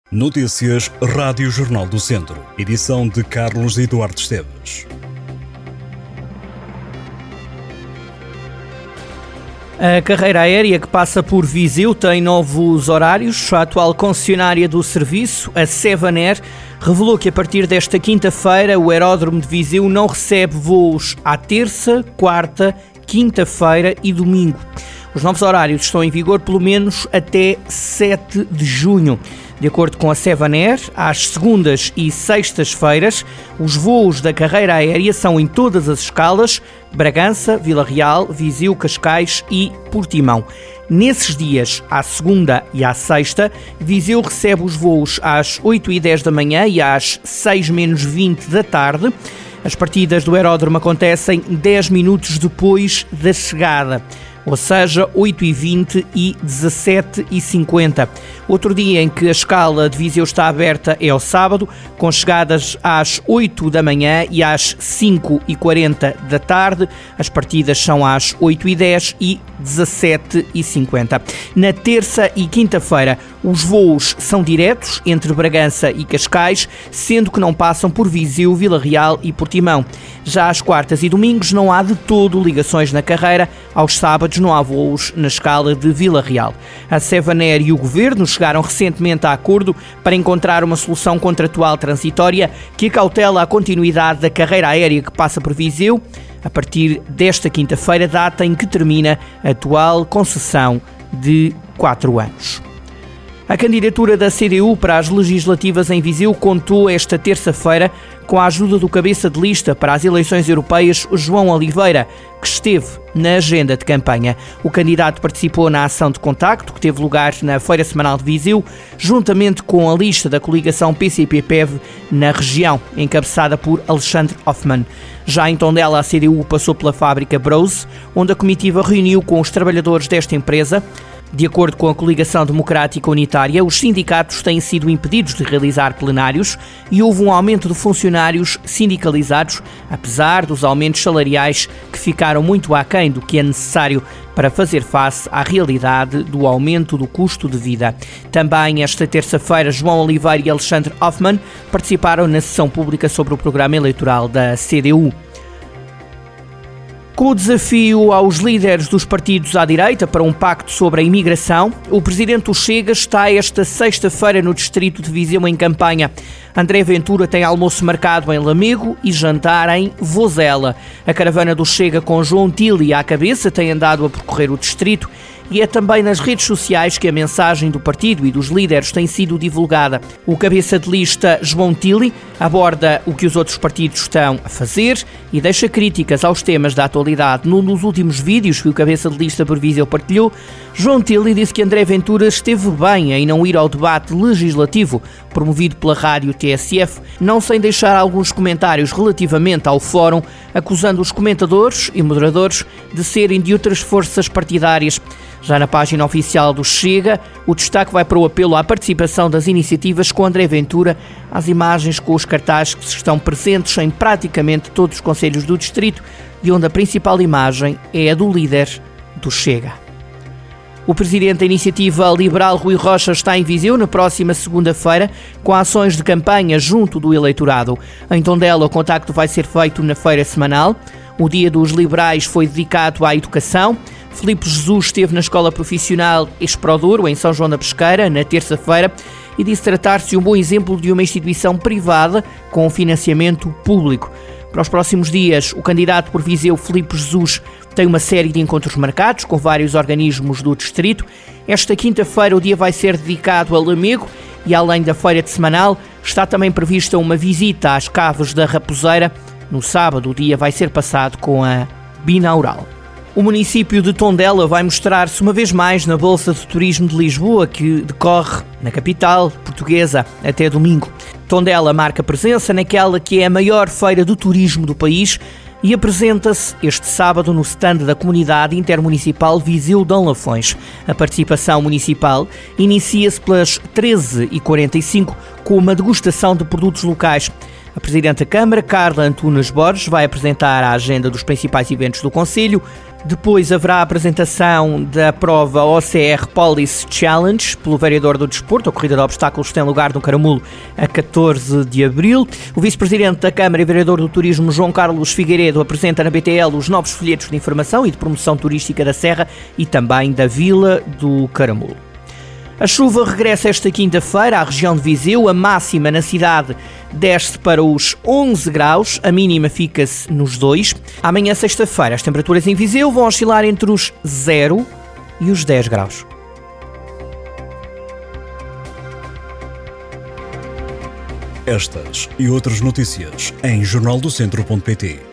Notícias Rádio Jornal do Centro. Edição de Carlos Eduardo Esteves. A carreira aérea que passa por Viseu tem novos horários. A atual concessionária do serviço, a Sevaner, revelou que a partir desta quinta-feira o aeródromo de Viseu não recebe voos à terça, quarta, quinta-feira e domingo. Os novos horários estão em vigor pelo menos até 7 de junho. De acordo com a Sevaner, às segundas e sextas-feiras, os voos da carreira aérea são em todas as escalas: Bragança, Vila Real, Viseu, Cascais e Portimão. Nesses dias, à segunda e à sexta, Viseu recebe os voos às 8h10 da manhã e às 6h20 da tarde. As partidas do aeródromo acontecem 10 minutos depois da chegada, ou seja, 8h20 e 17h50. Outro dia em que a escala de Viseu está aberta é ao sábado, com chegadas às 8 da manhã e às 5h40 da tarde. As partidas são às 8h10 e 17h50. Na terça e quinta-feira, os voos são diretos entre Bragança e Cascais, sendo que não passam por Viseu, Vila Real e Portimão. Já às quartas e domingos não há de todo ligações na carreira. Aos sábados não há voos na escala de Vila Real. A Sevaner e o Governo chegaram recentemente a acordo para encontrar uma solução contratual transitória que acautela a continuidade da carreira aérea que passa por Viseu a partir desta quinta-feira, data em que termina a atual concessão de 4 anos. A candidatura da CDU para as legislativas em Viseu contou esta terça-feira com a ajuda do cabeça de lista para as eleições europeias, João Oliveira, que esteve na agenda de campanha. O candidato participou na ação de contacto que teve lugar na Feira Semanal de Viseu, juntamente com a lista da coligação PCP-PEV na região, encabeçada por Alexandre Hoffmann. Já em Tondela, a CDU passou pela fábrica Brose, onde a comitiva reuniu com os trabalhadores desta empresa. De acordo com a Coligação Democrática Unitária, os sindicatos têm sido impedidos de realizar plenários e houve um aumento de funcionários sindicalizados, apesar dos aumentos salariais que ficaram muito aquém do que é necessário para fazer face à realidade do aumento do custo de vida. Também esta terça-feira, João Oliveira e Alexandre Hoffmann participaram na sessão pública sobre o programa eleitoral da CDU. Com o desafio aos líderes dos partidos à direita para um pacto sobre a imigração, o presidente do Chega está esta sexta-feira no distrito de Viseu em campanha. André Ventura tem almoço marcado em Lamego e jantar em Vozela. A caravana do Chega com João Tili à cabeça tem andado a percorrer o distrito e é também nas redes sociais que a mensagem do partido e dos líderes tem sido divulgada. O cabeça de lista João Tili aborda o que os outros partidos estão a fazer e deixa críticas aos temas da atualidade. Num dos últimos vídeos que o cabeça de lista por Viseu partilhou, João Tili disse que André Ventura esteve bem em não ir ao debate legislativo promovido pela rádio TSF, não sem deixar alguns comentários relativamente ao fórum, acusando os comentadores e moderadores de serem de outras forças partidárias. Já na página oficial do Chega, o destaque vai para o apelo à participação das iniciativas com André Ventura, às imagens com os cartazes que estão presentes em praticamente todos os concelhos do distrito e onde a principal imagem é a do líder do Chega. O presidente da Iniciativa Liberal, Rui Rocha, está em Viseu na próxima segunda-feira com ações de campanha junto do eleitorado. Em Tondela, o contacto vai ser feito na feira semanal. O Dia dos Liberais foi dedicado à educação. Filipe Jesus esteve na Escola Profissional Esprodouro, em São João da Pesqueira, na terça-feira, e disse tratar-se de um bom exemplo de uma instituição privada com financiamento público. Para os próximos dias, o candidato por Viseu, Filipe Jesus, tem uma série de encontros marcados com vários organismos do distrito. Esta quinta-feira o dia vai ser dedicado a Lamego e, além da feira de semanal, está também prevista uma visita às Caves da Raposeira. No sábado, o dia vai ser passado com a Binaural. O município de Tondela vai mostrar-se uma vez mais na Bolsa de Turismo de Lisboa, que decorre na capital portuguesa até domingo. Tondela marca presença naquela que é a maior feira do turismo do país e apresenta-se este sábado no stand da Comunidade Intermunicipal Viseu Dão Lafões. A participação municipal inicia-se pelas 13h45 com uma degustação de produtos locais. A Presidente da Câmara, Carla Antunes Borges, vai apresentar a agenda dos principais eventos do Concelho. Depois haverá a apresentação da prova OCR Police Challenge pelo vereador do Desporto. A corrida de obstáculos tem lugar no Caramulo a 14 de abril. O vice-presidente da Câmara e vereador do Turismo, João Carlos Figueiredo, apresenta na BTL os novos folhetos de informação e de promoção turística da Serra e também da Vila do Caramulo. A chuva regressa esta quinta-feira à região de Viseu. A máxima na cidade desce para os 11 graus, a mínima fica-se nos 2. Amanhã, sexta-feira, as temperaturas em Viseu vão oscilar entre os 0 e os 10 graus. Estas e outras notícias em jornaldocentro.pt.